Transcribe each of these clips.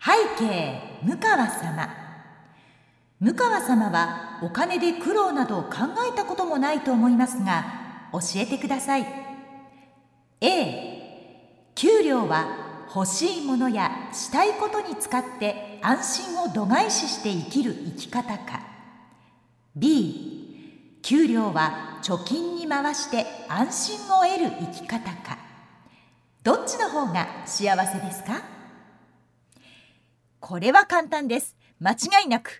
背景向川様。向川様はお金で苦労など考えたこともないと思いますが、教えてください。 A、 給料は欲しいものやしたいことに使って安心を度外視して生きる生き方か。 B、 給料は貯金に回して安心を得る生き方か。どっちの方が幸せですか？これは簡単です。間違いなく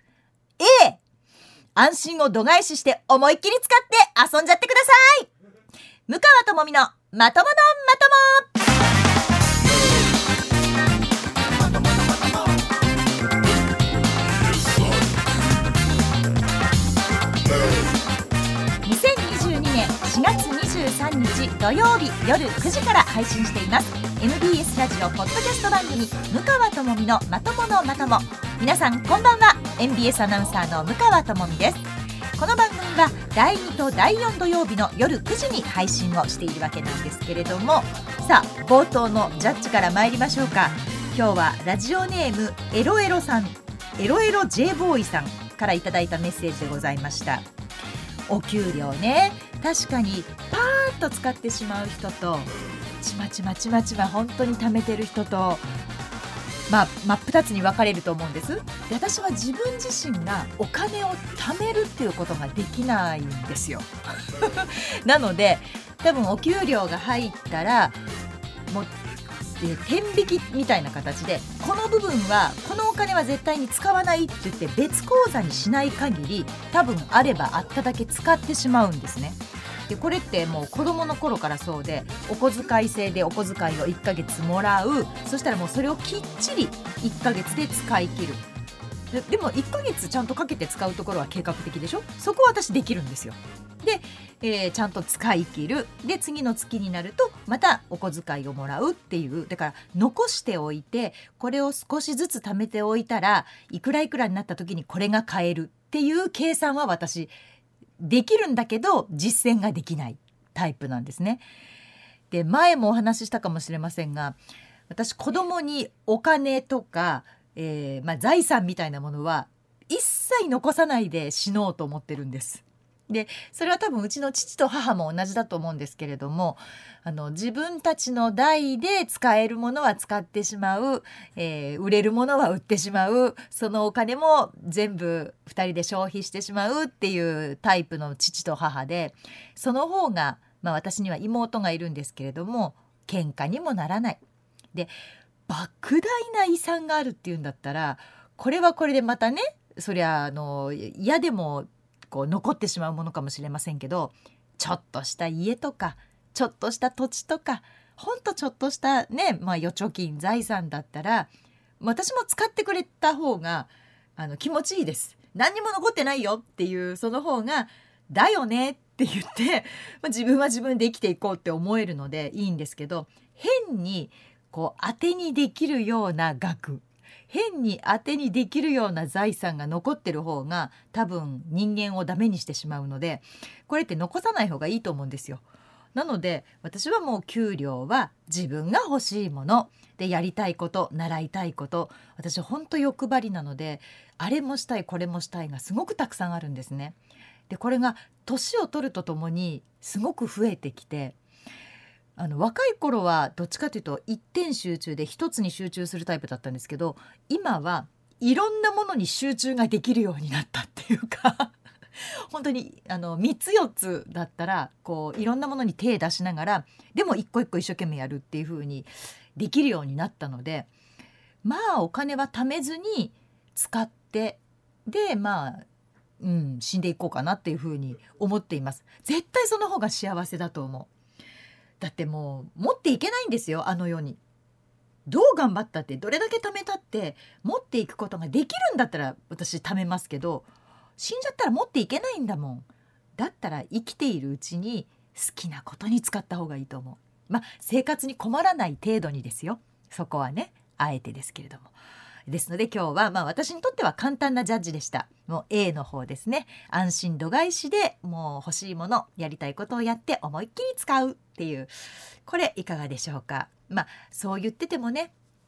A、 安心を度外視して思いっきり使って遊んじゃってください。向川智美のまとものまとも。2022年4月23日土曜日夜9時から配信しています MBS ラジオポッドキャスト番組向川智美のまとものまとも。皆さんこんばんは。 MBS アナウンサーの向川智美です。この番組は第2と第4土曜日の夜9時に配信をしているわけなんですけれども、さあ冒頭のジャッジから参りましょうか。今日はラジオネームエロエロさん、エロエロ J ボーイさんからいただいたメッセージでございました。お給料ね、確かにパーッと使ってしまう人とちまちまちまちま本当に貯めてる人と、真っ二つに分かれると思うんです。で、私は自分自身がお金を貯めるっていうことができないんですよなので多分お給料が入ったらもう天引きみたいな形で、この部分はこのお金は絶対に使わないって言って別口座にしない限り、多分あればあっただけ使ってしまうんですね。でこれってもう子供の頃からそうで、お小遣い制でお小遣いを1ヶ月もらう。そしたらもうそれをきっちり1ヶ月で使い切る。でも1ヶ月ちゃんとかけて使うところは計画的でしょ。そこは私できるんですよ。で、ちゃんと使い切る。で次の月になるとまたお小遣いをもらうっていう。だから残しておいて、これを少しずつ貯めておいたらいくらいくらになった時にこれが買えるっていう計算は私できるんだけど、実践ができないタイプなんですね。で前もお話ししたかもしれませんが、私子供にお金とか、財産みたいなものは一切残さないで死のうと思ってるんです。でそれは多分うちの父と母も同じだと思うんですけれども、自分たちの代で使えるものは使ってしまう、売れるものは売ってしまう、そのお金も全部2人で消費してしまうっていうタイプの父と母で、その方が、私には妹がいるんですけれども喧嘩にもならない。で莫大な遺産があるっていうんだったら、これはこれでまたね、そりゃ嫌でもこう残ってしまうものかもしれませんけど、ちょっとした家とかちょっとした土地とか、ほんとちょっとしたね、預貯金財産だったら私も使ってくれた方が気持ちいいです。何にも残ってないよっていう、その方がだよねって言って自分は自分で生きていこうって思えるのでいいんですけど、変にこう当てにできるような額、変に当てにできるような財産が残ってる方が多分人間をダメにしてしまうので、これって残さない方がいいと思うんですよ。なので私はもう給料は自分が欲しいもので、やりたいこと、習いたいこと、私本当欲張りなので、あれもしたいこれもしたいがすごくたくさんあるんですね。でこれが年を取るとともにすごく増えてきて、若い頃はどっちかというと一点集中で一つに集中するタイプだったんですけど、今はいろんなものに集中ができるようになったっていうか本当に3つ4つだったらこういろんなものに手出しながら、でも一個一個一生懸命やるっていう風にできるようになったので、お金は貯めずに使って、で死んでいこうかなっていう風に思っています。絶対その方が幸せだと思う。だってもう持っていけないんですよ、あの世に。どう頑張ったってどれだけ貯めたって持っていくことができるんだったら私貯めますけど、死んじゃったら持っていけないんだもん。だったら生きているうちに好きなことに使った方がいいと思う。生活に困らない程度にですよ。そこはね、あえてですけれども。ですので今日は私にとっては簡単なジャッジでした。もう A の方ですね。安心度外視でもう欲しいもの、やりたいことをやって思いっきり使うっていう、これいかがでしょうか。そう言っててもね、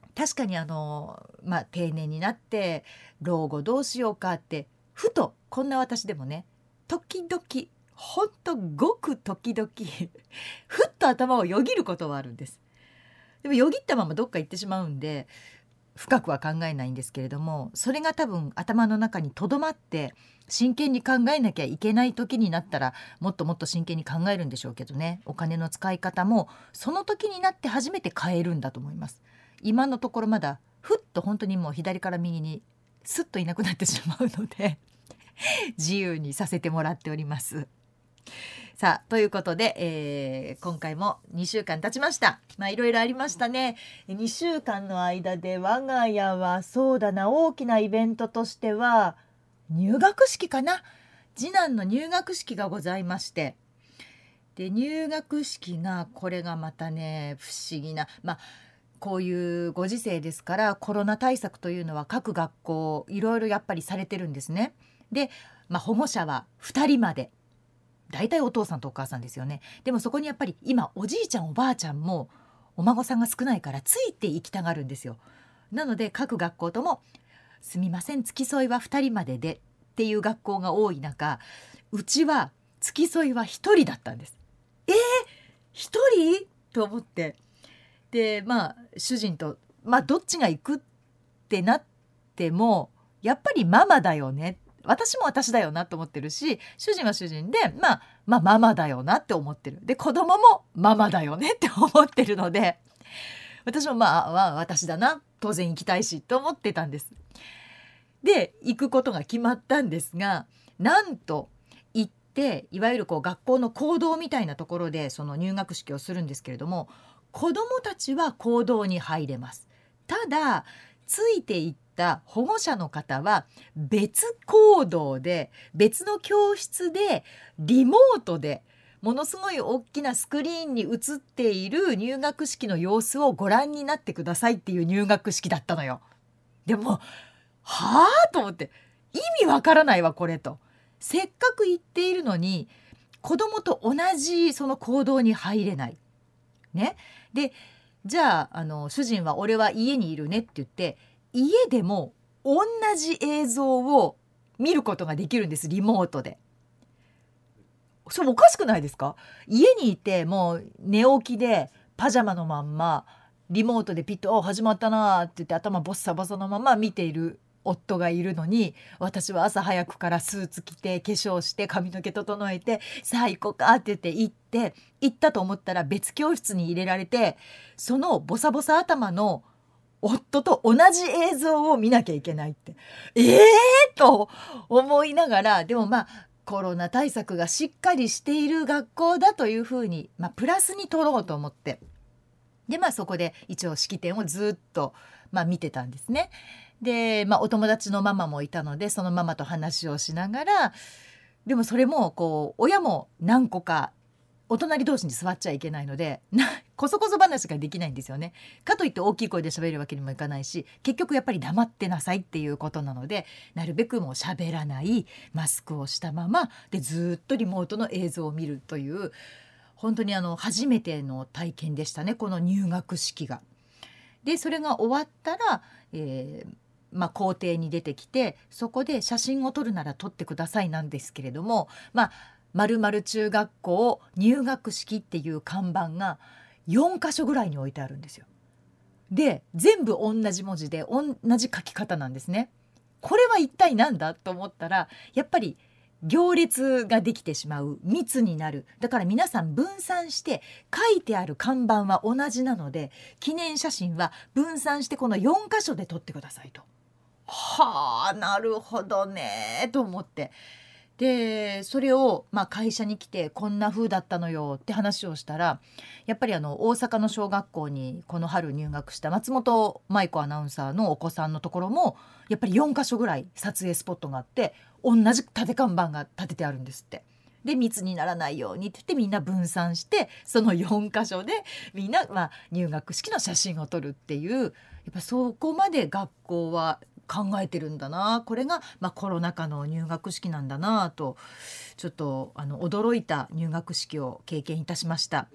確かに定年になって老後どうしようかってふとこんな私でもね時々ほんとごく時々ふっと頭をよぎることはあるんです。でもよぎったままどっか行ってしまうんで深くは考えないんですけれども、それが多分頭の中にとどまって真剣に考えなきゃいけない時になったらもっともっと真剣に考えるんでしょうけどね。お金の使い方もその時になって初めて変えるんだと思います。今のところまだふっと本当にもう左から右にスッといなくなってしまうので自由にさせてもらっております。さあということで、今回も2週間経ちました。いろいろありましたね。2週間の間で我が家はそうだな、大きなイベントとしては入学式かな。次男の入学式がございまして、で入学式がこれがまたね不思議な、こういうご時世ですからコロナ対策というのは各学校いろいろやっぱりされてるんですね。で、保護者は2人まで、だいたいお父さんとお母さんですよね。でもそこにやっぱり今おじいちゃんおばあちゃんもお孫さんが少ないからついて行きたがるんですよ。なので各学校ともすみません付き添いは2人まででっていう学校が多い中、うちは付き添いは1人だったんです。1人と思って、で主人とどっちが行くってなってもやっぱりママだよね、私も私だよなと思ってるし、主人は主人でママだよなって思ってる。で子供もママだよねって思ってるので、私も私だな、当然行きたいしと思ってたんです。で行くことが決まったんですが、なんと行っていわゆる学校の講堂みたいなところでその入学式をするんですけれども、子どもたちは講堂に入れます。ただついていった保護者の方は別講堂で別の教室でリモートでものすごい大きなスクリーンに映っている入学式の様子をご覧になってくださいっていう入学式だったのよ。でもと思って、意味わからないわこれと。せっかく行っているのに子供と同じその講堂に入れないね。でじゃあ、主人は俺は家にいるねって言って家でも同じ映像を見ることができるんです、リモートで。それおかしくないですか？家にいてもう寝起きでパジャマのまんまリモートでピッと始まったなって言って頭ボッサボサのまま見ている夫がいるのに、私は朝早くからスーツ着て化粧して髪の毛整えてさあ行こうかって言って行ったと思ったら別教室に入れられて、そのボサボサ頭の夫と同じ映像を見なきゃいけないって、と思いながら、でもコロナ対策がしっかりしている学校だというふうに、プラスに取ろうと思って、でそこで一応式典をずっと見てたんですね。でお友達のママもいたのでそのママと話をしながら、でもそれも親も何個かお隣同士に座っちゃいけないのでこそこそ話ができないんですよね。かといって大きい声で喋るわけにもいかないし、結局やっぱり黙ってなさいっていうことなので、なるべくもう喋らないマスクをしたままでずっとリモートの映像を見るという、本当に初めての体験でしたね、この入学式が。でそれが終わったら、校庭に出てきてそこで写真を撮るなら撮ってくださいなんですけれども、〇〇中学校入学式っていう看板が4箇所ぐらいに置いてあるんですよ。で全部同じ文字で同じ書き方なんですね。これは一体なんだと思ったら、やっぱり行列ができてしまう、密になる、だから皆さん分散して書いてある看板は同じなので記念写真は分散してこの4箇所で撮ってくださいと。なるほどねと思って、でそれを会社に来てこんな風だったのよって話をしたら、やっぱり大阪の小学校にこの春入学した松本舞子アナウンサーのお子さんのところもやっぱり4カ所ぐらい撮影スポットがあって同じ立て看板が立ててあるんですって。で密にならないようにって言ってみんな分散してその4カ所でみんな、入学式の写真を撮るっていう、やっぱそこまで学校は考えてるんだな、これが、コロナ禍の入学式なんだなとちょっと驚いた入学式を経験いたしました。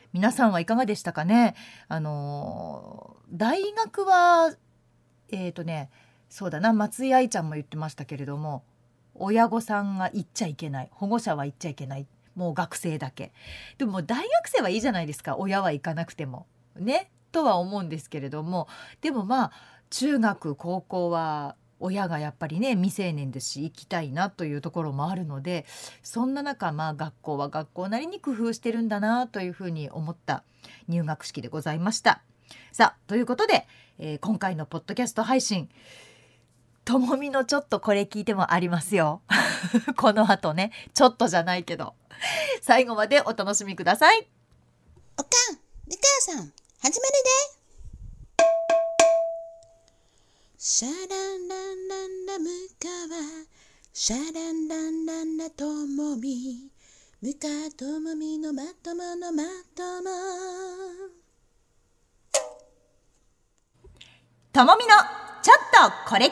皆さんはいかがでしたかね。大学はそうだな、松井愛ちゃんも言ってましたけれども、親御さんが行っちゃいけない、保護者は行っちゃいけない、もう学生だけ。でも大学生はいいじゃないですか、親は行かなくてもね、とは思うんですけれども、でも中学高校は親がやっぱりね未成年ですし行きたいなというところもあるので、そんな中学校は学校なりに工夫してるんだなというふうに思った入学式でございました。さあということで、今回のポッドキャスト配信、ともみのちょっとこれ聞いてもありますよこの後ね、ちょっとじゃないけど最後までお楽しみください。 おかん、みかやさん、始まるで。シャランランランラムカワ、シャランランランラともみ、むかともみのまとものまとも。 ともみのちょっとこれ聞い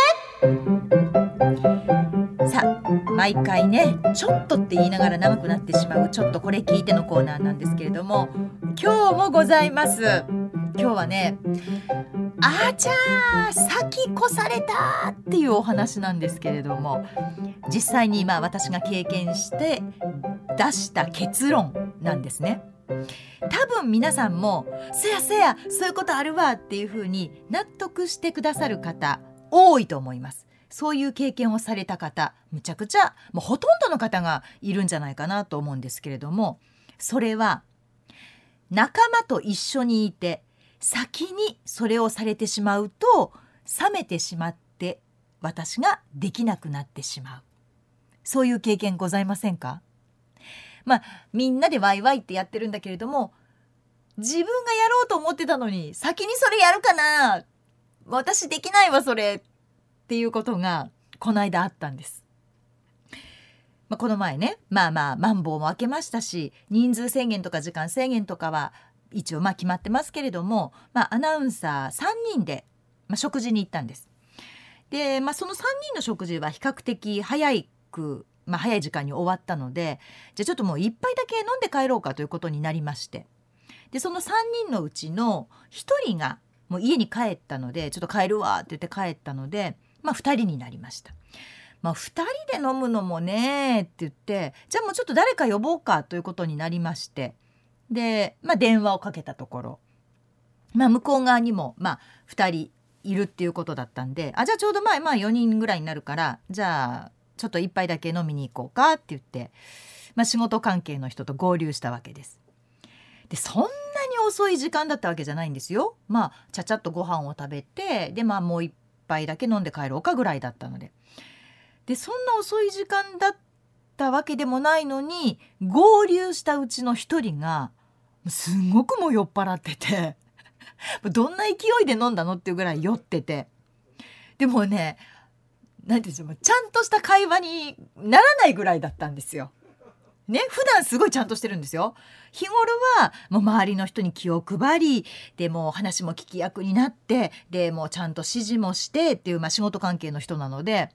て。さあ毎回ねちょっとって言いながら長くなってしまうちょっとこれ聞いてのコーナーなんですけれども、今日もございます。今日はね、あちゃー先越されたっていうお話なんですけれども、実際に私が経験して出した結論なんですね。多分皆さんもせやそういうことあるわっていう風に納得してくださる方多いと思います。そういう経験をされた方、むちゃくちゃもうほとんどの方がいるんじゃないかなと思うんですけれども、それは仲間と一緒にいて先にそれをされてしまうと冷めてしまって私ができなくなってしまう、そういう経験ございませんか？みんなでワイワイってやってるんだけれども、自分がやろうと思ってたのに先にそれやるかな、私できないわそれっていうことがこの間あったんです。この前ねマンボウも明けましたし、人数制限とか時間制限とかは一応決まってますけれども、アナウンサー3人で、食事に行ったんです。で、その3人の食事は比較的早い時間に終わったので、じゃあちょっともう一杯だけ飲んで帰ろうかということになりまして、でその3人のうちの1人がもう家に帰ったので、ちょっと帰るわって言って帰ったので、2人になりました。2人で飲むのもねって言って、じゃあもうちょっと誰か呼ぼうかということになりまして、で、電話をかけたところ、向こう側にも2人いるっていうことだったんで、じゃあちょうど4人ぐらいになるから、じゃあちょっと一杯だけ飲みに行こうかって言って、仕事関係の人と合流したわけです。でそんなに遅い時間だったわけじゃないんですよ。ちゃちゃっとご飯を食べて、でもう一杯だけ飲んで帰ろうかぐらいだったので、でそんな遅い時間だったわけでもないのに、合流したうちの一人がすごくもう酔っ払っててどんな勢いで飲んだのっていうぐらい酔ってて、でもね、なんていうんでしょう、ちゃんとした会話にならないぐらいだったんですよ。ね、普段すごいちゃんとしてるんですよ。日頃はもう周りの人に気を配り、でもう話も聞き役になって、でもうちゃんと指示もしてっていう仕事関係の人なので、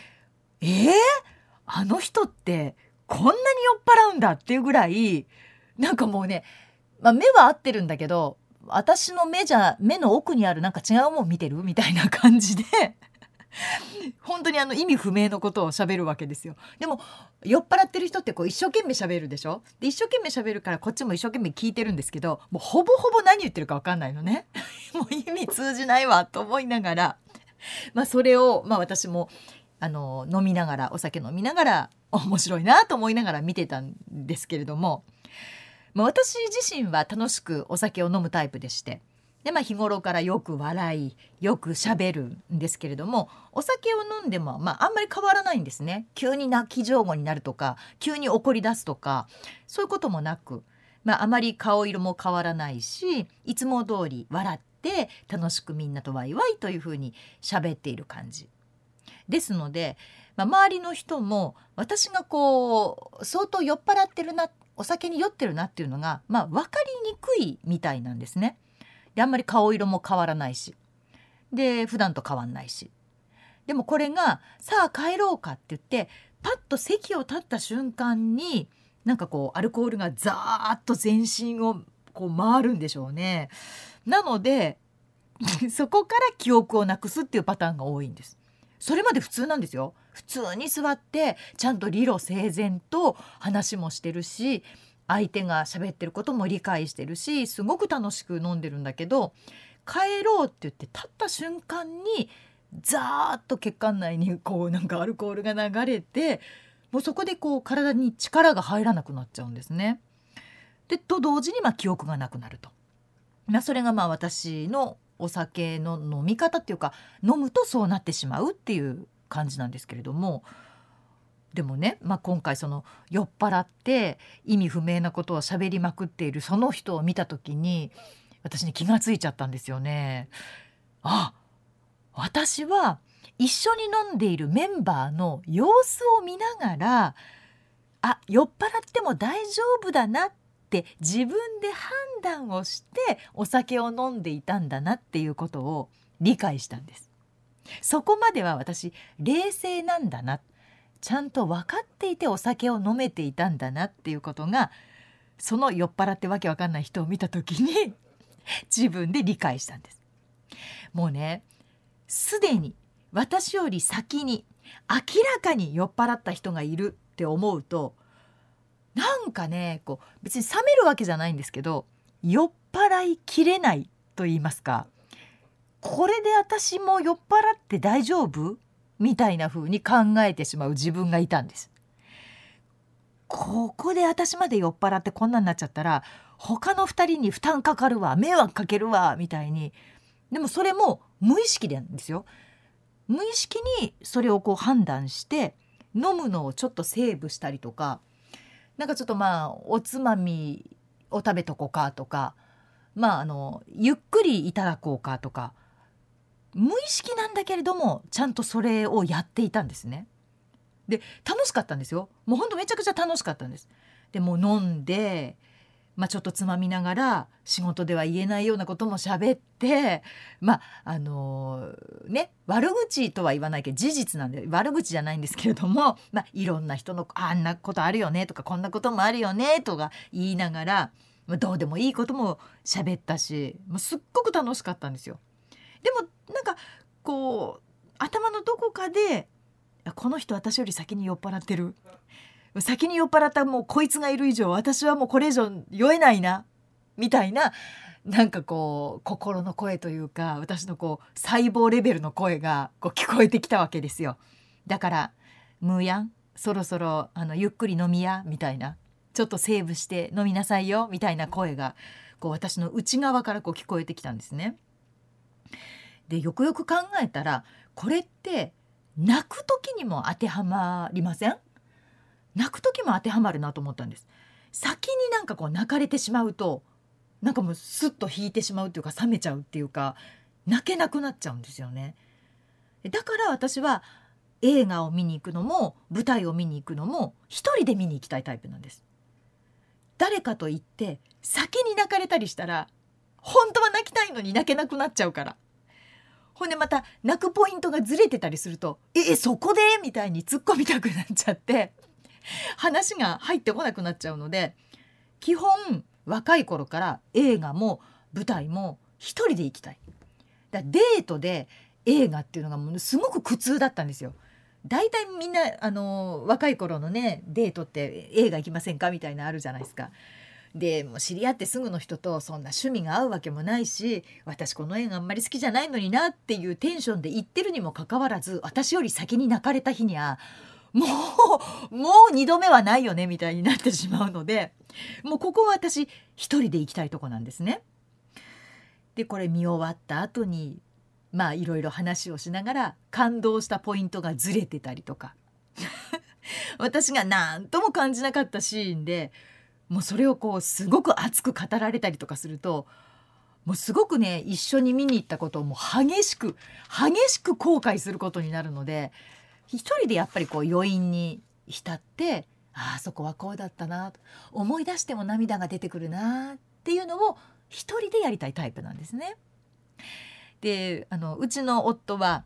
あの人ってこんなに酔っ払うんだっていうぐらい、なんかもうね、目は合ってるんだけど、私の目の奥にあるなんか違うもん見てるみたいな感じで本当に意味不明のことを喋るわけですよ。でも酔っ払ってる人って一生懸命喋るでしょ。で一生懸命喋るからこっちも一生懸命聞いてるんですけど、もうほぼほぼ何言ってるか分かんないのねもう意味通じないわと思いながら、それを私も飲みながら、お酒飲みながら面白いなと思いながら見てたんですけれども、私自身は楽しくお酒を飲むタイプでして、で日頃からよく笑いよく喋るんですけれども、お酒を飲んでもあんまり変わらないんですね。急に泣き上戸になるとか急に怒り出すとかそういうこともなく、あまり顔色も変わらないし、いつも通り笑って楽しくみんなとワイワイというふうに喋っている感じですので、周りの人も私が相当酔っ払ってるな、お酒に酔ってるなっていうのが分かりにくいみたいなんですね。であんまり顔色も変わらないし、で普段と変わんないし、でもこれがさあ帰ろうかって言ってパッと席を立った瞬間になんかこうアルコールがザーッと全身をこう回るんでしょうね。なのでそこから記憶をなくすっていうパターンが多いんです。それまで普通なんですよ。普通に座ってちゃんと理路整然と話もしてるし、相手が喋ってることも理解してるし、すごく楽しく飲んでるんだけど、帰ろうって言って立った瞬間にザーッと血管内にこうなんかアルコールが流れて、もうそこでこう体に力が入らなくなっちゃうんですね。でと同時に記憶がなくなると。それが私のお酒の飲み方っていうか、飲むとそうなってしまうっていう感じなんですけれども、でもね、今回その酔っ払って意味不明なことを喋りまくっているその人を見た時に、私に気がついちゃったんですよね。私は一緒に飲んでいるメンバーの様子を見ながら、酔っ払っても大丈夫だなって自分で判断をしてお酒を飲んでいたんだなっていうことを理解したんです。そこまでは私冷静なんだな、ちゃんと分かっていてお酒を飲めていたんだなっていうことが、その酔っ払ってわけわかんない人を見た時に自分で理解したんです。もうね、すでに私より先に明らかに酔っ払った人がいるって思うと、なんかね、こう別に冷めるわけじゃないんですけど、酔っ払いきれないと言いますか、これで私も酔っ払って大丈夫みたいな風に考えてしまう自分がいたんです。ここで私まで酔っ払ってこんなになっちゃったら、他の2人に負担かかるわ、迷惑かけるわみたいに。でもそれも無意識なんですよ。無意識にそれをこう判断して飲むのをちょっとセーブしたりとか、なんかちょっとおつまみを食べとこうかとか、ゆっくりいただこうかとか、無意識なんだけれどもちゃんとそれをやっていたんですね。で楽しかったんですよ。もうほんとめちゃくちゃ楽しかったんです。でもう飲んで、ちょっとつまみながら仕事では言えないようなことも喋って、悪口とは言わないけど事実なんで悪口じゃないんですけれども、いろんな人のあんなことあるよねとか、こんなこともあるよねとか言いながら、どうでもいいことも喋ったし、もうすっごく楽しかったんですよ。でもなんかこう頭のどこかで、この人私より先に酔っ払ってる、先に酔っ払ったもうこいつがいる以上私はもうこれ以上酔えないなみたいな、なんかこう心の声というか、私のこう細胞レベルの声がこう聞こえてきたわけですよ。だからムーヤンそろそろゆっくり飲みやみたいな、ちょっとセーブして飲みなさいよみたいな声がこう私の内側からこう聞こえてきたんですね。でよくよく考えたら、これって泣く時にも当てはまりません？泣く時も当てはまるなと思ったんです。先になんかこう泣かれてしまうと、なんかもうスッと引いてしまうっていうか、冷めちゃうっていうか、泣けなくなっちゃうんですよね。だから私は映画を見に行くのも舞台を見に行くのも一人で見に行きたいタイプなんです。誰かと言って先に泣かれたりしたら、本当は泣きたいのに泣けなくなっちゃうから。ほんでまた泣くポイントがずれてたりすると、そこでみたいに突っ込みたくなっちゃって話が入ってこなくなっちゃうので、基本若い頃から映画も舞台も一人で行きたい。だからデートで映画っていうのがものすごく苦痛だったんですよ。だいたいみんな若い頃のねデートって映画行きませんかみたいなあるじゃないですか。でもう知り合ってすぐの人とそんな趣味が合うわけもないし、私この映画あんまり好きじゃないのになっていうテンションで行ってるにもかかわらず、私より先に泣かれた日にはもう2度目はないよねみたいになってしまうので、もうここは私一人で行きたいとこなんですね。でこれ見終わった後にいろいろ話をしながら感動したポイントがずれてたりとか私が何とも感じなかったシーンでもうそれをこうすごく熱く語られたりとかすると、もうすごくね一緒に見に行ったことをもう激しく後悔することになるので、一人でやっぱりこう余韻に浸って、あそこはこうだったな、思い出しても涙が出てくるなっていうのを一人でやりたいタイプなんですね。でうちの夫は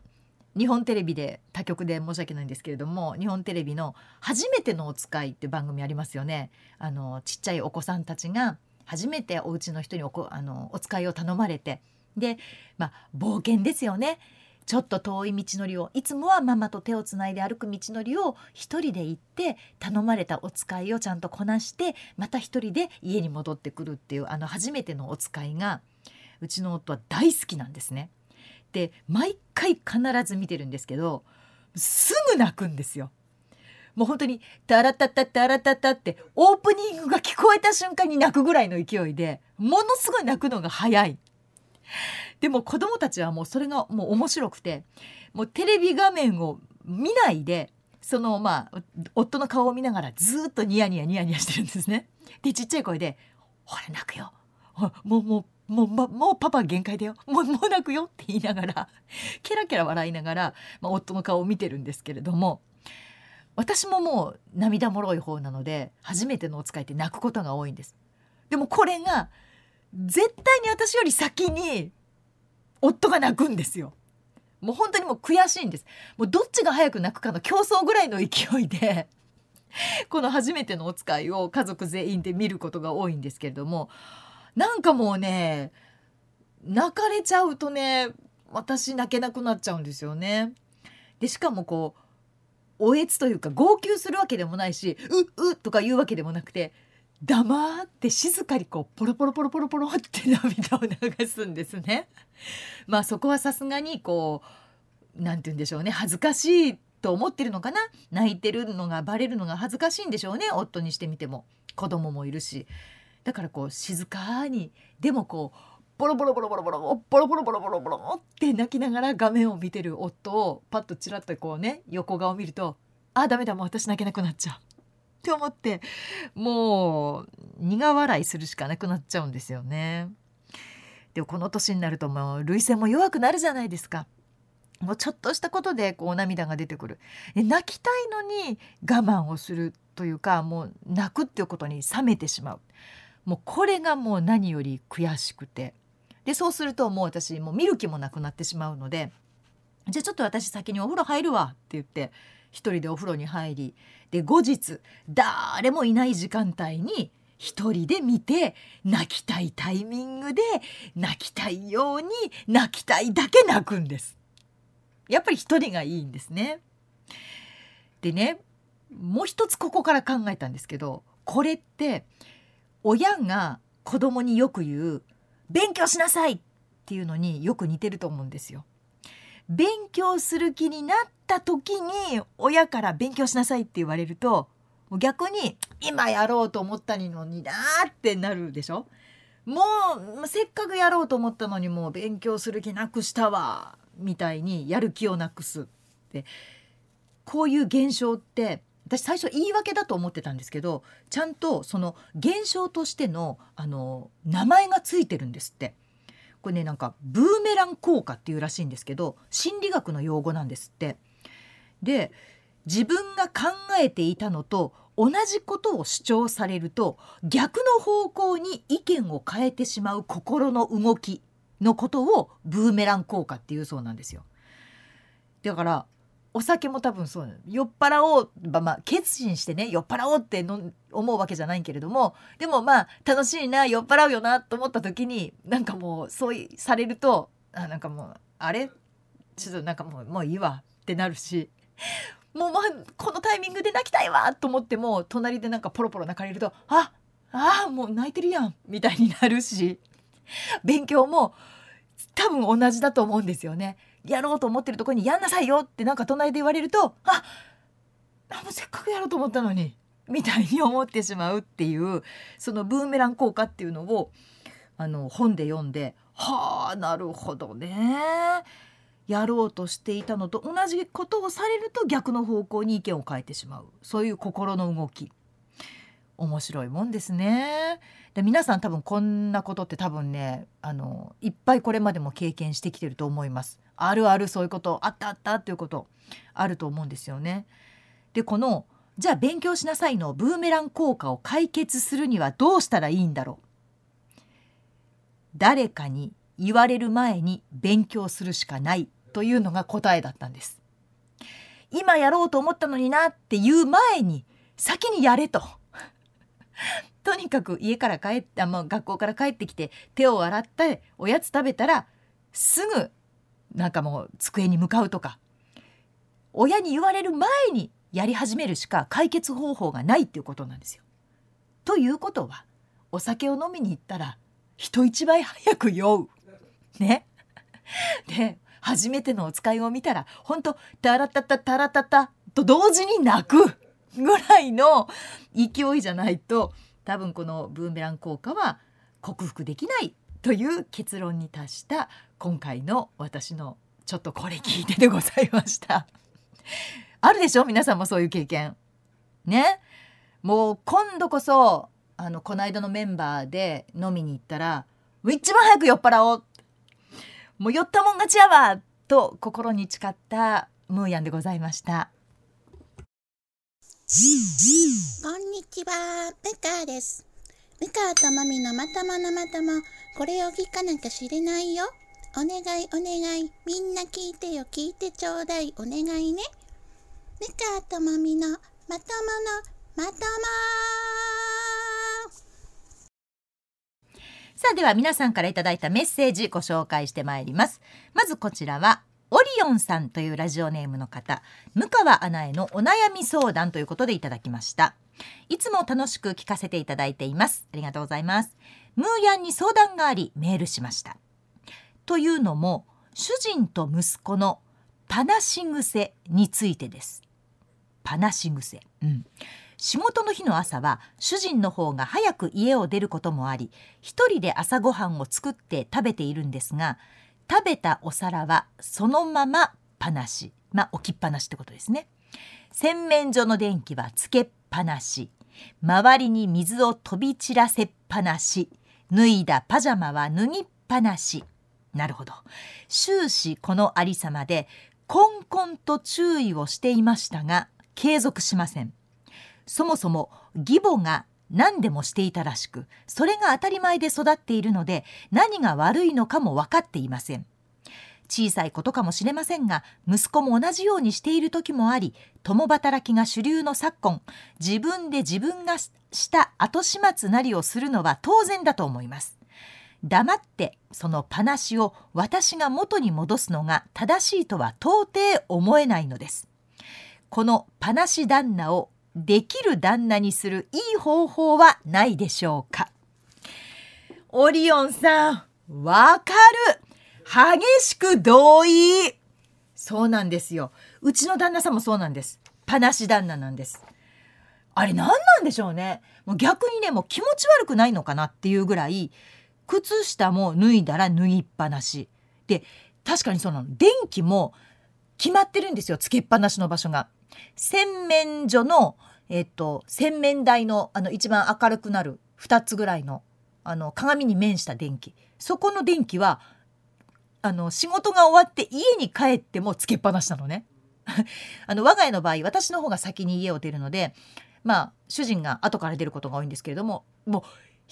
日本テレビで他局で申し訳ないんですけれども、日本テレビの初めてのお使いって番組ありますよね。ちっちゃいお子さんたちが初めてお家の人にお使いを頼まれて、で、冒険ですよね。ちょっと遠い道のりを、いつもはママと手をつないで歩く道のりを一人で行って、頼まれたお使いをちゃんとこなして、また一人で家に戻ってくるっていう、初めてのお使いがうちの夫は大好きなんですね。で、毎回必ず見てるんですけど、すぐ泣くんですよ。もう本当にタラタタタラタタってオープニングが聞こえた瞬間に泣くぐらいの勢いで、ものすごい泣くのが早い。でも子供たちはもうそれがもう面白くて、もうテレビ画面を見ないで、夫の顔を見ながらずっとニヤニヤニヤニヤしてるんですね。で、ちっちゃい声で、ほら泣くよ、もうパパ限界だよ、もう泣くよって言いながらケラケラ笑いながら、夫の顔を見てるんですけれども、私ももう涙もろい方なので、初めてのお使いって泣くことが多いんです。でもこれが絶対に私より先に夫が泣くんですよ。もう本当にもう悔しいんです。もうどっちが早く泣くかの競争ぐらいの勢いでこの初めてのお使いを家族全員で見ることが多いんですけれども、なんかもうね、泣かれちゃうとね、私泣けなくなっちゃうんですよね。で、しかもこうおえつというか号泣するわけでもないし、うとか言うわけでもなくて、黙って静かにこうポロポロポロポロポロって涙を流すんですね。そこはさすがにこうなんて言うんでしょうね、恥ずかしいと思ってるのかな。泣いてるのがバレるのが恥ずかしいんでしょうね、夫にしてみても。子供もいるし、だからこう静かに、でもこうボロボロボロボロボロボロボロボロボロボロって泣きながら画面を見てる夫をパッとチラッとこうね、横顔を見ると、ダメだ、もう私泣けなくなっちゃうって思って、もう苦笑いするしかなくなっちゃうんですよね。でもこの年になるともう涙腺も弱くなるじゃないですか。もうちょっとしたことでこう涙が出てくる。泣きたいのに我慢をするというか、もう泣くっていうことに冷めてしまう。もうこれがもう何より悔しくて、でそうするともう私もう見る気もなくなってしまうので、じゃあちょっと私先にお風呂入るわって言って一人でお風呂に入り、で後日誰もいない時間帯に一人で見て、泣きたいタイミングで泣きたいように泣きたいだけ泣くんです。やっぱり一人がいいんですね。でね、もう一つここから考えたんですけど、これって親が子供によく言う勉強しなさいっていうのによく似てると思うんですよ。勉強する気になった時に親から勉強しなさいって言われると、逆に今やろうと思ったのになってなるでしょ。もうせっかくやろうと思ったのにもう勉強する気なくしたわみたいにやる気をなくすって、こういう現象って私最初言い訳だと思ってたんですけど、ちゃんとその現象としての名前がついてるんですって。これね、なんかブーメラン効果っていうらしいんですけど、心理学の用語なんですって。で、自分が考えていたのと同じことを主張されると逆の方向に意見を変えてしまう心の動きのことをブーメラン効果っていうそうなんですよ。だからお酒も多分そうなの。酔っ払おう、決心してね、酔っ払おうって思うわけじゃないけれども、でも楽しいな、酔っ払うよなと思った時に、なんかもうそうされると、なんかもうあれちょっとなんかもういいわってなるし、もうこのタイミングで泣きたいわと思っても、隣でなんかポロポロ泣かれると、もう泣いてるやんみたいになるし、勉強も多分同じだと思うんですよね。やろうと思ってるところにやんなさいよってなんか隣で言われると、もうせっかくやろうと思ったのにみたいに思ってしまうっていう、そのブーメラン効果っていうのを本で読んで、なるほどね、やろうとしていたのと同じことをされると逆の方向に意見を変えてしまう、そういう心の動き、面白いもんですね。で皆さん多分こんなことって多分ね、いっぱいこれまでも経験してきてると思います。あるある、そういうことあったっていうことあると思うんですよね。でこのじゃあ勉強しなさいのブーメラン効果を解決するにはどうしたらいいんだろう。誰かに言われる前に勉強するしかないというのが答えだったんです。今やろうと思ったのになっていう前に先にやれととにかく家から学校から帰ってきて手を洗っておやつ食べたらすぐなんかもう机に向かうとか、親に言われる前にやり始めるしか解決方法がないっていうことなんですよ。ということはお酒を飲みに行ったら人一倍早く酔うね。で初めてのお使いを見たら本当タラタタタラタタと同時に泣くぐらいの勢いじゃないと多分このブーメラン効果は克服できないという結論に達した今回の私のちょっとこれ聞いてでございましたあるでしょ皆さんもそういう経験ね。もう今度こそこの間のメンバーで飲みに行ったら一番早く酔っ払おう、もう酔ったもん勝ちやわと心に誓ったムーヤンでございました。 こんにちは、ムカです。ムカともみのまとものまとも、これを聞かなきゃ知れないよ。お願いお願い、みんな聞いてよ、聞いてちょうだい、お願いね。ムカともみのまとものまとも。 さあでは皆さんからいただいたメッセージご紹介してまいります。まずこちらはオリオンさんというラジオネームの方、向川アナへのお悩み相談ということでいただきました。いつも楽しく聞かせていただいています。ありがとうございます。ムーヤンに相談がありメールしました。というのも主人と息子のパナシ癖についてです。パナシ癖、仕事の日の朝は主人の方が早く家を出ることもあり、一人で朝ごはんを作って食べているんですが、食べたお皿はそのままパナシ、置きっぱなしってことですね。洗面所の電気はつけっぱなし、周りに水を飛び散らせっぱなし、脱いだパジャマは脱ぎっぱなし。なるほど。終始このありさまでこんこんと注意をしていましたが継続しません。そもそも義母が何でもしていたらしく、それが当たり前で育っているので何が悪いのかも分かっていません。小さいことかもしれませんが、息子も同じようにしている時もあり、共働きが主流の昨今、自分で自分がした後始末なりをするのは当然だと思います。黙ってそのパナシを私が元に戻すのが正しいとは到底思えないのです。このパナシ旦那をできる旦那にするいい方法はないでしょうか。オリオンさん、わかる。激しく同意。そうなんですよ。うちの旦那さんもそうなんです。パナシ旦那なんです。あれ何なんでしょうね。もう逆にね、もう気持ち悪くないのかなっていうぐらい、靴下も脱いだら脱ぎっぱなしで、確かにそうなの。電気も決まってるんですよ、つけっぱなしの場所が。洗面所の、洗面台の一番明るくなる2つぐらいの鏡に面した電気、そこの電気は仕事が終わって家に帰ってもつけっぱなしなのね我が家の場合私の方が先に家を出るので、主人が後から出ることが多いんですけれども、もう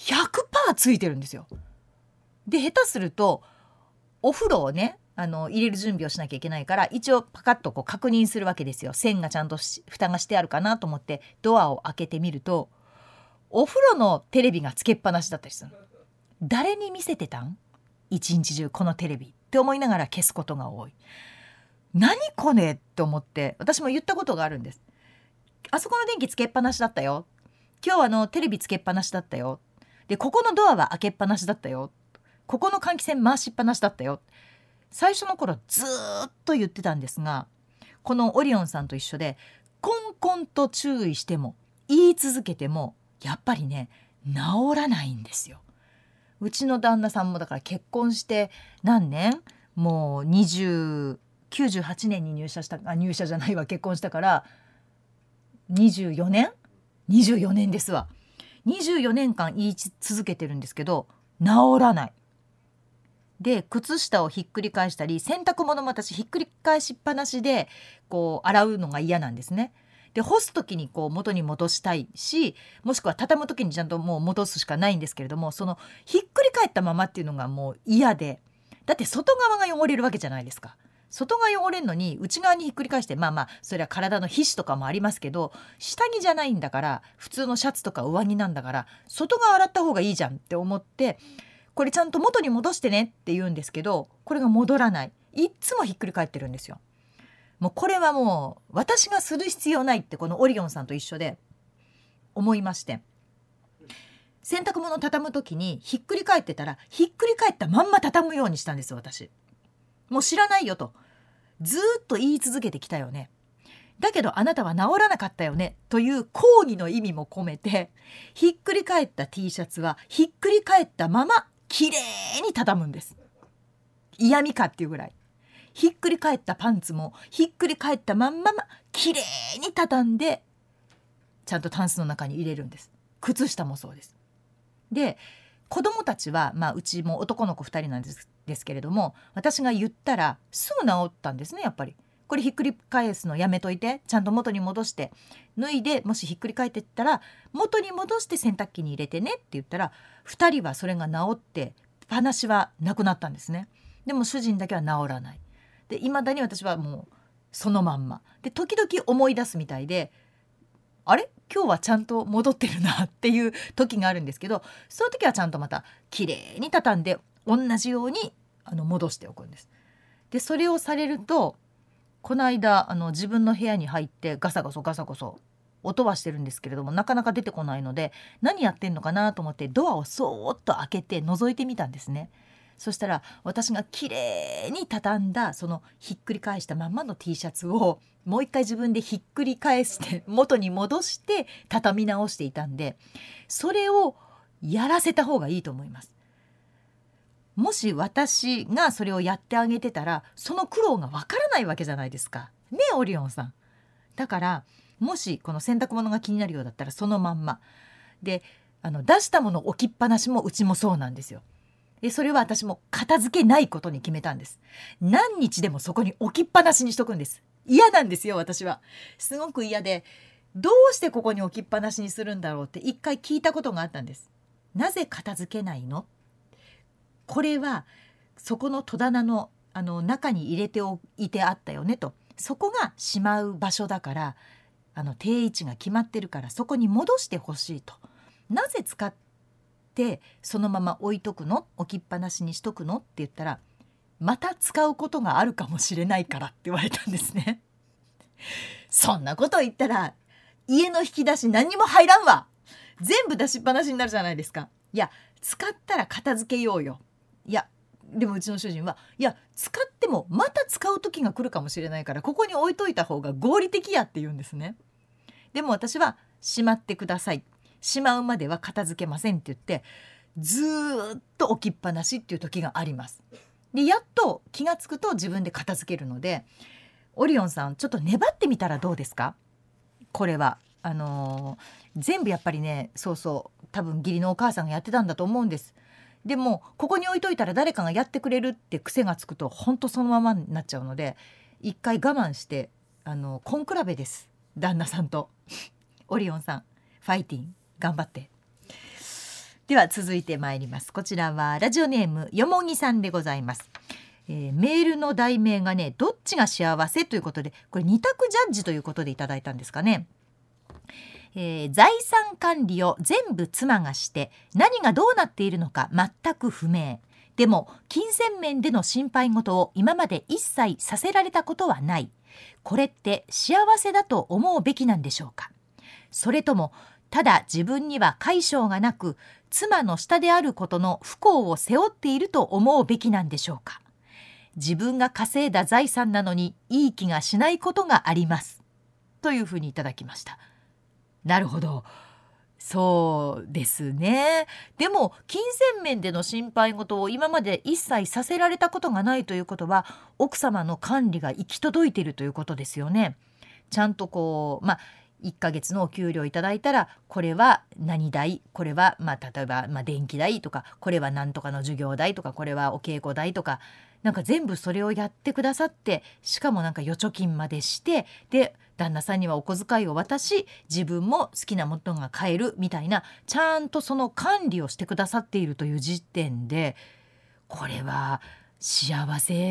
100% ついてるんですよ。で下手するとお風呂をね入れる準備をしなきゃいけないから、一応パカッとこう確認するわけですよ。線がちゃんと蓋がしてあるかなと思ってドアを開けてみると、お風呂のテレビがつけっぱなしだったりするの。誰に見せてたん？一日中このテレビって思いながら消すことが多い。何これって思って、私も言ったことがあるんです。あそこの電気つけっぱなしだったよ。今日テレビつけっぱなしだったよ。でここのドアは開けっぱなしだったよ。ここの換気扇回しっぱなしだったよ。最初の頃ずっと言ってたんですが、このオリオンさんと一緒でコンコンと注意しても言い続けてもやっぱりね治らないんですよ。うちの旦那さんもだから結婚して何年、もう98年に入社じゃないわ、結婚したから24年ですわ。24年間言い続けてるんですけど治らない。で靴下をひっくり返したり、洗濯物も私ひっくり返しっぱなしでこう洗うのが嫌なんですね。で干す時にこう元に戻したいし、もしくは畳む時にちゃんともう戻すしかないんですけれども、そのひっくり返ったままっていうのがもう嫌で、だって外側が汚れるわけじゃないですか。 外側汚れんのに内側にひっくり返して、それは体の皮脂とかもありますけど、下着じゃないんだから、普通のシャツとか上着なんだから外側洗った方がいいじゃんって思って、これちゃんと元に戻してねって言うんですけど、これが戻らない。いっつもひっくり返ってるんですよ。もうこれはもう私がする必要ないって、このオリオンさんと一緒で思いまして、洗濯物畳む時にひっくり返ってたら、ひっくり返ったまんま畳むようにしたんです。私もう知らないよとずーっと言い続けてきたよね。だけどあなたは治らなかったよねという抗議の意味も込めて、ひっくり返った T シャツはひっくり返ったままきれいに畳むんです。嫌味かっていうぐらい。ひっくり返ったパンツもひっくり返ったまんまきれいに畳んで、ちゃんとタンスの中に入れるんです。靴下もそうです。で、子供たちは、うちも男の子2人なんですけれども、私が言ったらすぐ治ったんですね。やっぱりこれひっくり返すのやめといて、ちゃんと元に戻して脱いで、もしひっくり返ってったら元に戻して洗濯機に入れてねって言ったら、2人はそれが治って話はなくなったんですね。でも主人だけは治らない。で、未だに私はもうそのまんまで、時々思い出すみたいで、あれ今日はちゃんと戻ってるなっていう時があるんですけど、その時はちゃんとまたきれいに畳んで同じように戻しておくんです。で、それをされると、この間自分の部屋に入ってガサゴソ音はしてるんですけれども、なかなか出てこないので、何やってんのかなと思ってドアをそーっと開けて覗いてみたんですね。そしたら私がきれいに畳んだそのひっくり返したまんまの T シャツをもう一回自分でひっくり返して元に戻して畳み直していたんで、それをやらせた方がいいと思います。もし私がそれをやってあげてたら、その苦労がわからないわけじゃないですかね、オリオンさん。だからもしこの洗濯物が気になるようだったらそのまんまで、出したもの置きっぱなしもうちもそうなんですよ。で、それは私も片付けないことに決めたんです。何日でもそこに置きっぱなしにしとくんです。嫌なんですよ、私は。すごく嫌で、どうしてここに置きっぱなしにするんだろうって一回聞いたことがあったんです。なぜ片付けないの？これはそこの戸棚の中に入れておいてあったよねと。そこがしまう場所だから、定位置が決まってるからそこに戻してほしいと。なぜ使ってそのまま置いとくの？置きっぱなしにしとくのって言ったら、また使うことがあるかもしれないからって言われたんですね。そんなこと言ったら家の引き出し何にも入らんわ。全部出しっぱなしになるじゃないですか。いや、使ったら片付けようよ。いや、でもうちの主人は、いや、使ってもまた使う時が来るかもしれないから、ここに置いといた方が合理的やって言うんですね。でも私はしまってください、しまうまでは片付けませんって言って、ずっと置きっぱなしっていう時があります。で、やっと気がつくと自分で片付けるので、オリオンさんちょっと粘ってみたらどうですか？これは全部やっぱりね、多分義理のお母さんがやってたんだと思うんです。でもここに置いといたら誰かがやってくれるって癖がつくと本当そのままになっちゃうので、一回我慢して根比べです、旦那さんと。オリオンさんファイティン頑張って。では続いてまいります。こちらはラジオネームよもぎさんでございます。メールの題名がね、どっちが幸せということで、これ二択ジャッジということでいただいたんですかね。財産管理を全部妻がして何がどうなっているのか全く不明。でも金銭面での心配事を今まで一切させられたことはない。これって幸せだと思うべきなんでしょうか？それともただ自分には解消がなく妻の下であることの不幸を背負っていると思うべきなんでしょうか？自分が稼いだ財産なのにいい気がしないことがありますというふうにいただきました。なるほど、そうですね。でも金銭面での心配事を今まで一切させられたことがないということは、奥様の管理が行き届いているということですよね。ちゃんと1ヶ月のお給料いただいたら、これは何代、これは例えば電気代とか、これは何とかの授業代とか、これはお稽古代とか、なんか全部それをやってくださって、しかもなんか預貯金までして、で旦那さんにはお小遣いを渡し、自分も好きなものが買えるみたいな、ちゃんとその管理をしてくださっているという時点で、これは幸せ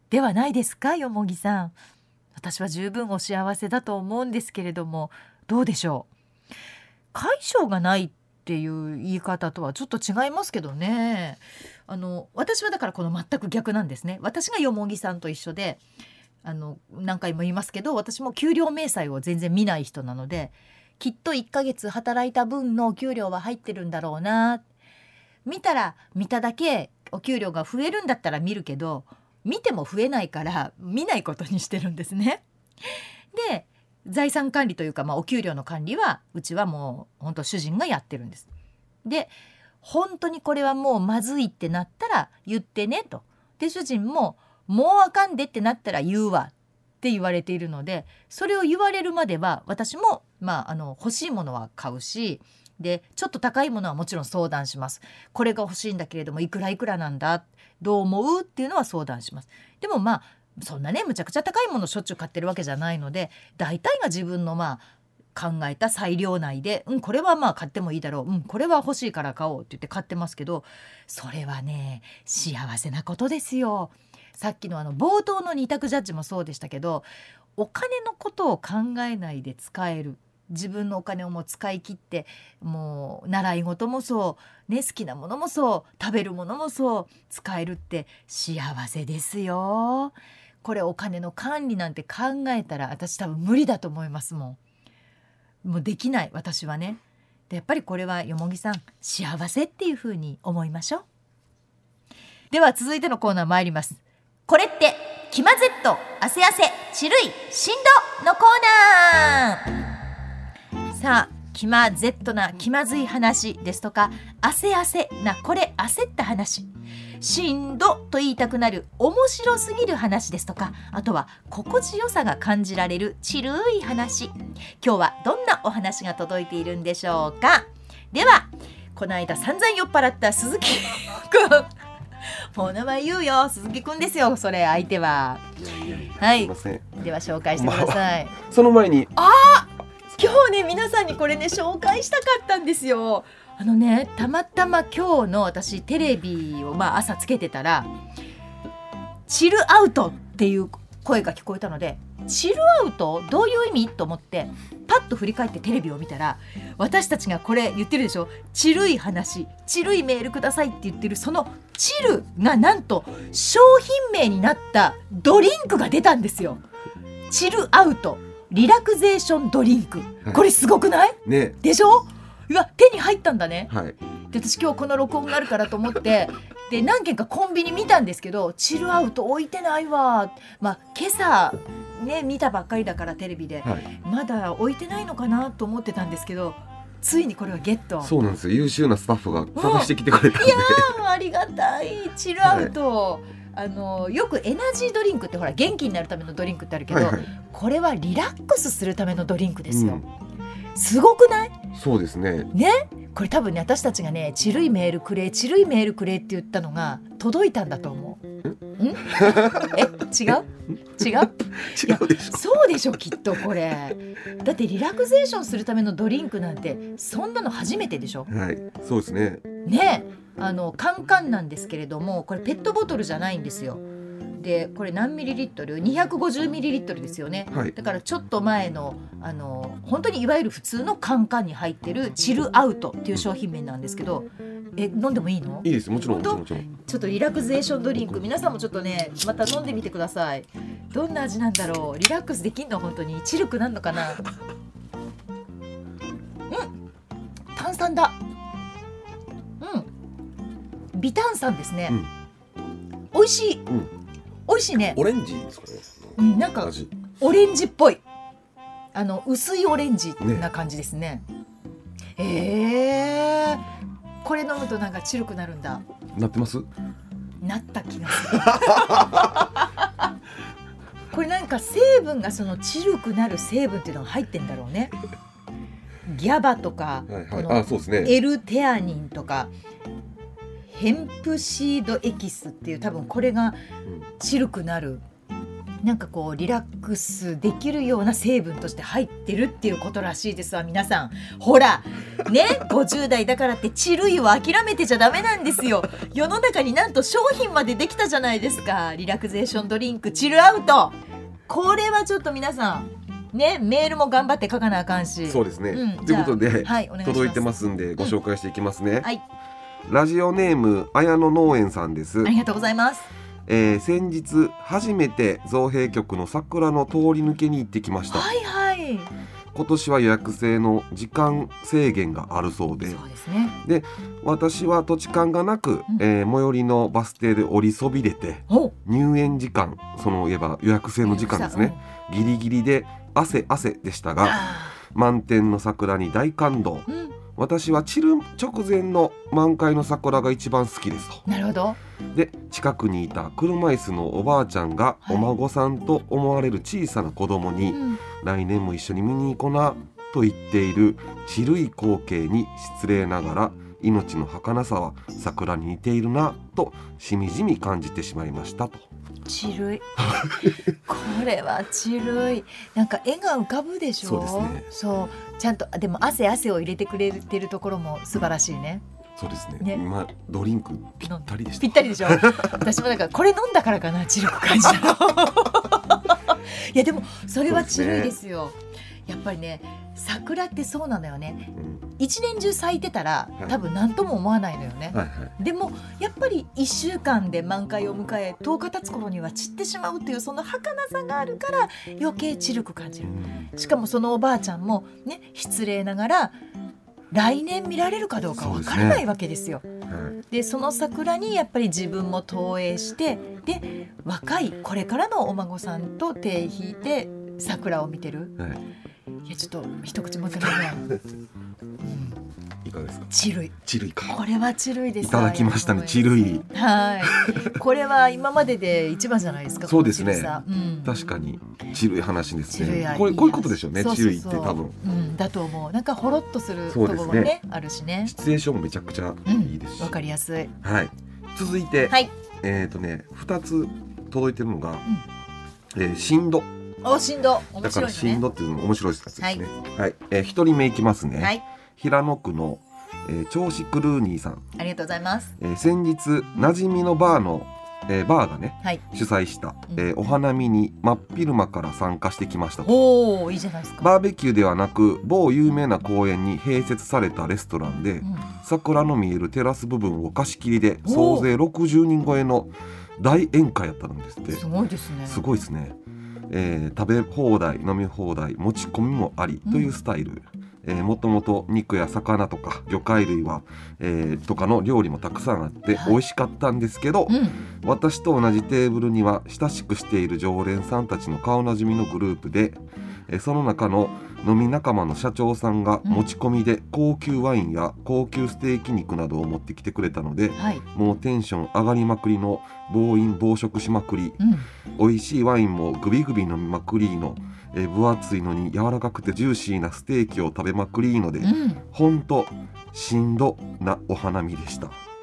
ではないですか、よもぎさん。私は十分お幸せだと思うんですけれども、どうでしょう。解消がないっていう言い方とはちょっと違いますけどね。私はだからこの全く逆なんですね。私がよもぎさんと一緒で、何回も言いますけど、私も給料明細を全然見ない人なので、きっと1ヶ月働いた分の給料は入ってるんだろうな、見たら見ただけお給料が増えるんだったら見るけど、見ても増えないから見ないことにしてるんですね。で、財産管理というか、お給料の管理はうちはもう本当主人がやってるんです。で、本当にこれはもうまずいってなったら言ってねと。で、主人ももうあかんでってなったら言うわって言われているので、それを言われるまでは私も欲しいものは買うし、でちょっと高いものはもちろん相談します。これが欲しいんだけれどもいくらいくらなんだ、どう思うっていうのは相談します。でもそんなねむちゃくちゃ高いものしょっちゅう買ってるわけじゃないので、大体が自分の考えた裁量内で、これは買ってもいいだろう、これは欲しいから買おうって言って買ってますけど、それはね幸せなことですよ。さっきの冒頭の二択ジャッジもそうでしたけど、お金のことを考えないで使える、自分のお金をもう使い切って、もう習い事もそうね、好きなものもそう食べるものもそう使えるって幸せですよ。これお金の管理なんて考えたら私多分無理だと思いますもうできない、私はね。でやっぱりこれはよもぎさん幸せっていう風に思いましょう。では続いてのコーナー参ります。これって気まずっと汗汗ちるいしんどのコーナー。さあ、気まぜっとな気まずい話ですとか、汗汗なこれ焦った話、しんどと言いたくなる面白すぎる話ですとか、あとは心地よさが感じられるちるい話、今日はどんなお話が届いているんでしょうか。ではこの間散々酔っ払った鈴木くんもうお名前言うよ、鈴木くんですよ、それ相手は。はい、では紹介してください。 その前に今日ね皆さんにこれね紹介したかったんですよ。たまたま今日の私テレビを朝つけてたらチルアウトっていう声が聞こえたので、チルアウトどういう意味と思ってパッと振り返ってテレビを見たら、私たちがこれ言ってるでしょ、チルい話、チルいメールくださいって言ってるそのチルがなんと商品名になったドリンクが出たんですよ。チルアウトリラクゼーションドリンク、これすごくない、 ね、 でしょ。うわ、手に入ったんだね、 はい、 で私今日この録音があるからと思ってで何軒かコンビニ見たんですけど、チルアウト置いてないわ。今朝ね見たばっかりだからテレビで、 はい、 まだ置いてないのかなと思ってたんですけど、ついにこれはゲット。 そうなんですよ、優秀なスタッフが探してきてくれたんで、いやありがたい。チルアウト、よくエナジードリンクってほら元気になるためのドリンクってあるけど、これはリラックスするためのドリンクですよ、すごくない？ そうですね。 これ多分ね私たちがねチルいメールくれチルいメールくれって言ったのが届いたんだと思う。違う違うでしょ。 そうでしょきっと。これだってリラクゼーションするためのドリンクなんてそんなの初めてでしょ。 はい、そうですね。 カンカンなんですけれども、これペットボトルじゃないんですよ。でこれ何ミリリットル ?250 ミリリットルですよね、 はい、 だからちょっと前の本当にいわゆる普通のカンカンに入ってるチルアウトっていう商品名なんですけど、飲んでもいいの？ いいです、もちろん。ちょっとリラクゼーションドリンク、皆さんもちょっとねまた飲んでみてください。どんな味なんだろう。リラックスできんの？本当にチルくなんのかな。炭酸だ。微炭酸ですね、美味しい、美味しいね。 オレンジですかね、 なんかオレンジっぽい、薄いオレンジな感じですね。これ飲むとなんかチルくなるんだ。 なってます？ なった気がするこれなんか成分がそのチルくなる成分っていうのが入ってんだろうね。ギャバとか、このエルテアニンとかヘンプシードエキスっていう多分これがチルくなるなんかこうリラックスできるような成分として入ってるっていうことらしいですわ。皆さんほらね50代だからってチルイを諦めてちゃダメなんですよ。世の中になんと商品までできたじゃないですか。リラクゼーションドリンクチルアウト、これはちょっと皆さんねメールも頑張って書かなあかんし。 そうですね、 うんということで、 はい、お願いします。 届いてますんでご紹介していきますね、 はい、 ラジオネーム綾野農園さんです。 ありがとうございます。 先日初めて造幣局の桜の通り抜けに行ってきました。 はいはい、 今年は予約制の時間制限があるそうで、 そうですね。 で私は土地勘がなく、最寄りのバス停で降りそびれて、 お入園時間、その言えば予約制の時間ですね、ギリギリで汗でしたが、満天の桜に大感動。私は散る直前の満開の桜が一番好きですと。 なるほど。 で近くにいた車椅子のおばあちゃんが、お孫さんと思われる小さな子供に、来年も一緒に見に行こうなと言っているちるい光景に失礼ながら、命の儚さは桜に似ているなとしみじみ感じてしまいましたと。 ちるいこれはちるい、なんか絵が浮かぶでしょ。 そうですね。 そうちゃんとでも汗を入れてくれてるところも素晴らしいね。 そうですね。 ね、 今ドリンクぴったりでした。 ぴったりでしょ私もだからこれ飲んだからかな、ちるく感じたのいやでもそれはちるいですよ。やっぱりね桜ってそうなのよね、一年中咲いてたら多分何とも思わないのよね、でもやっぱり1週間で満開を迎え10日経つ頃には散ってしまうというその儚さがあるから余計ちるく感じる、しかもそのおばあちゃんもね失礼ながら来年見られるかどうかわからないわけですよ。でその桜にやっぱり自分も投影して、で若いこれからのお孫さんと手引いて桜を見てる、いやちょっと一口もう一回飲むわいかがですか。 ちるい、 ちるいか。 これはちるいです。 いただきましたね、ちるい。 はいこれは今までで一番じゃないですか。 そうですね、確かにちるい話ですね。こういうことでしょうね。ちるいって多分だと思う。なんかほろっとするところもねあるしね。シチュエーションもめちゃくちゃいいですし、 わかりやすい。 はい、続いて、 はい、 2つ届いてるのが、震度。 震度、面白いね。 だから震度っていうのも面白いやつですね。はい、1人目いきますね。はい、平野区の、銚子クルーニーさん、 ありがとうございます。 先日馴染みのバーがね、主催した、お花見に真っ昼間から参加してきましたと。 おー、いいじゃないですか。 バーベキューではなく某有名な公園に併設されたレストランで、桜の見えるテラス部分を貸し切りで総勢60人超えの大宴会やったんですって。 すごいですね。 すごいですね。食べ放題飲み放題持ち込みもありというスタイル、もともと肉や魚とか魚介類は、とかの料理もたくさんあって美味しかったんですけど、私と同じテーブルには親しくしている常連さんたちの顔なじみのグループで、その中の飲み仲間の社長さんが持ち込みで高級ワインや高級ステーキ肉などを持ってきてくれたので、もうテンション上がりまくりの暴飲暴食しまくり、美味しいワインもグビグビ飲みまくりの、分厚いのに柔らかくてジューシーなステーキを食べまくりので、ほんとしんどなお花見でした。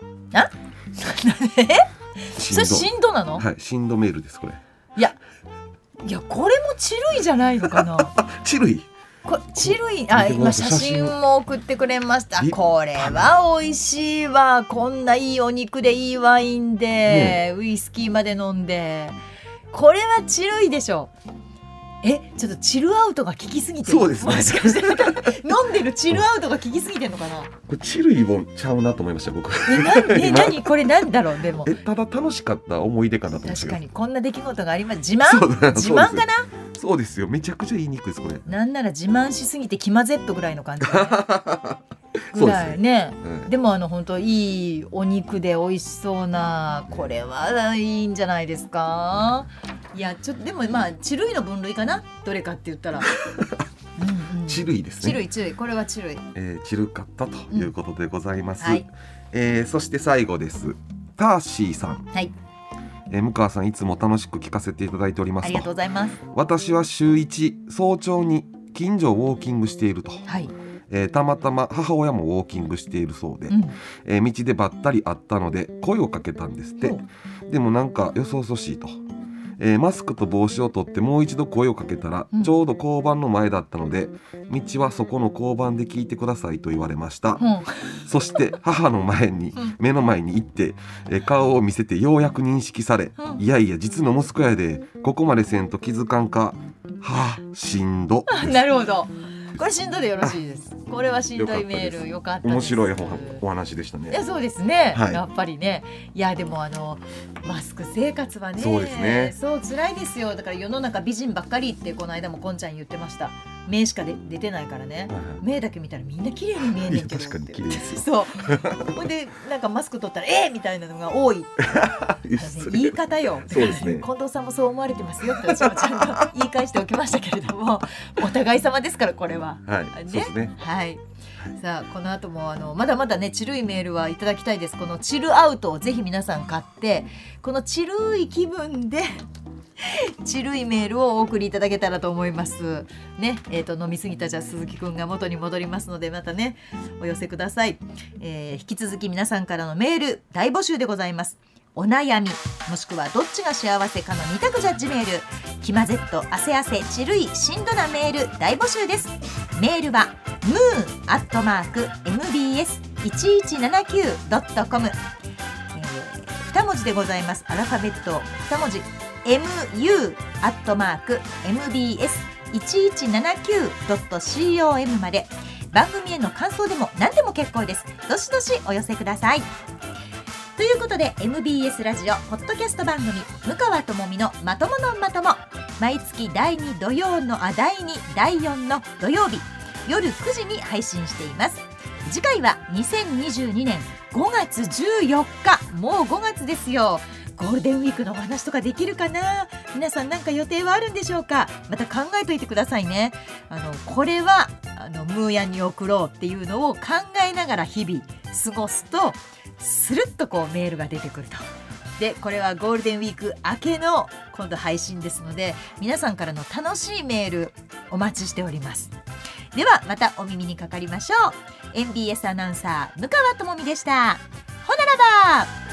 それしんどなの？ はい、しんどメールですこれ。 いやこれもちるいじゃないのかなちるい、 ちるい。今写真も送ってくれました。これは美味しいわ。こんないいお肉でいいワインで、ウイスキーまで飲んで、これはちるいでしょ。ちょっとチルアウトが効きすぎてる。 そうですね。 もしかして飲んでるチルアウトが効きすぎてるのかな。 これチルイもちゃうなと思いました僕。 何これなんだろう。でもただ楽しかった思い出かなと思って。 確かにこんな出来事があります。自慢かな。 そうですよ。めちゃくちゃ言いにくいですこれ。 なんなら自慢しすぎてキマゼットぐらいの感じぐらいね。でも本当いいお肉で美味しそうな、これはいいんじゃないですか。いやちょっとでもチルイの分類かな。どれかって言ったらチルイですね。 チルイこれはチルイ、 チルかったということでございます。そして最後です。ターシーさん。はい。向川さんいつも楽しく聞かせていただいておりますと。 ありがとうございます。 私は週1早朝に近所をウォーキングしていると。はい。たまたま母親もウォーキングしているそうで、道でばったり会ったので声をかけたんですって。でもなんかよそよそしいと、 マスクと帽子を取ってもう一度声をかけたら、ちょうど交番の前だったので、道はそこの交番で聞いてくださいと言われました。そして母の目の前に行って、顔を見せてようやく認識され、いやいや実の息子やで、ここまでせんと気づかんか、はあしんどなるほど、これしんどでよろしいです。これはしんどいメールよかったです。 面白いお話でしたね。 いやそうですね、 はい、 やっぱりね。いやでもマスク生活はね、 そうですね、 そう辛いですよ。だから世の中美人ばっかりってこの間もこんちゃん言ってました。目しか出てないからね、目だけ見たらみんな綺麗に見えねんけど。 確かに綺麗ですよ。 そうほんでなんかマスク取ったらみたいなのが多い言い方よ。 そうですね、 近藤さんもそう思われてますよって私もちゃんと言い返しておきましたけれどもお互い様ですからこれは、 はい、そうですね。 はい、さあこの後もまだまだねチルいメールはいただきたいです。このチルアウトをぜひ皆さん買ってこのチルい気分でチルいメールをお送りいただけたらと思いますね。飲みすぎたじゃ鈴木くんが元に戻りますのでまたねお寄せください。引き続き皆さんからのメール大募集でございます。お悩みもしくはどっちが幸せかの2択ジャッジメール、キマゼット汗汗チルいしんどなメール大募集です。メールはmoon@mbs1179.com、2文字でございます。アルファベット2文字 mu@mbs1179.com まで番組への感想でも何でも結構です。どしどしお寄せください。ということで MBS ラジオポッドキャスト番組向川智美のまとものまとも、毎月第2第4の土曜日夜9時に配信しています。次回は2022年5月14日、もう5月ですよ。ゴールデンウィークのお話とかできるかな。皆さん何か予定はあるんでしょうか。また考えといてくださいね。これはムーヤンに送ろうっていうのを考えながら日々過ごすとスルッとこうメールが出てくると。でこれはゴールデンウィーク明けの今度配信ですので、皆さんからの楽しいメールお待ちしております。ではまたお耳にかかりましょう。 MBS アナウンサー向川智美でした。ほならば。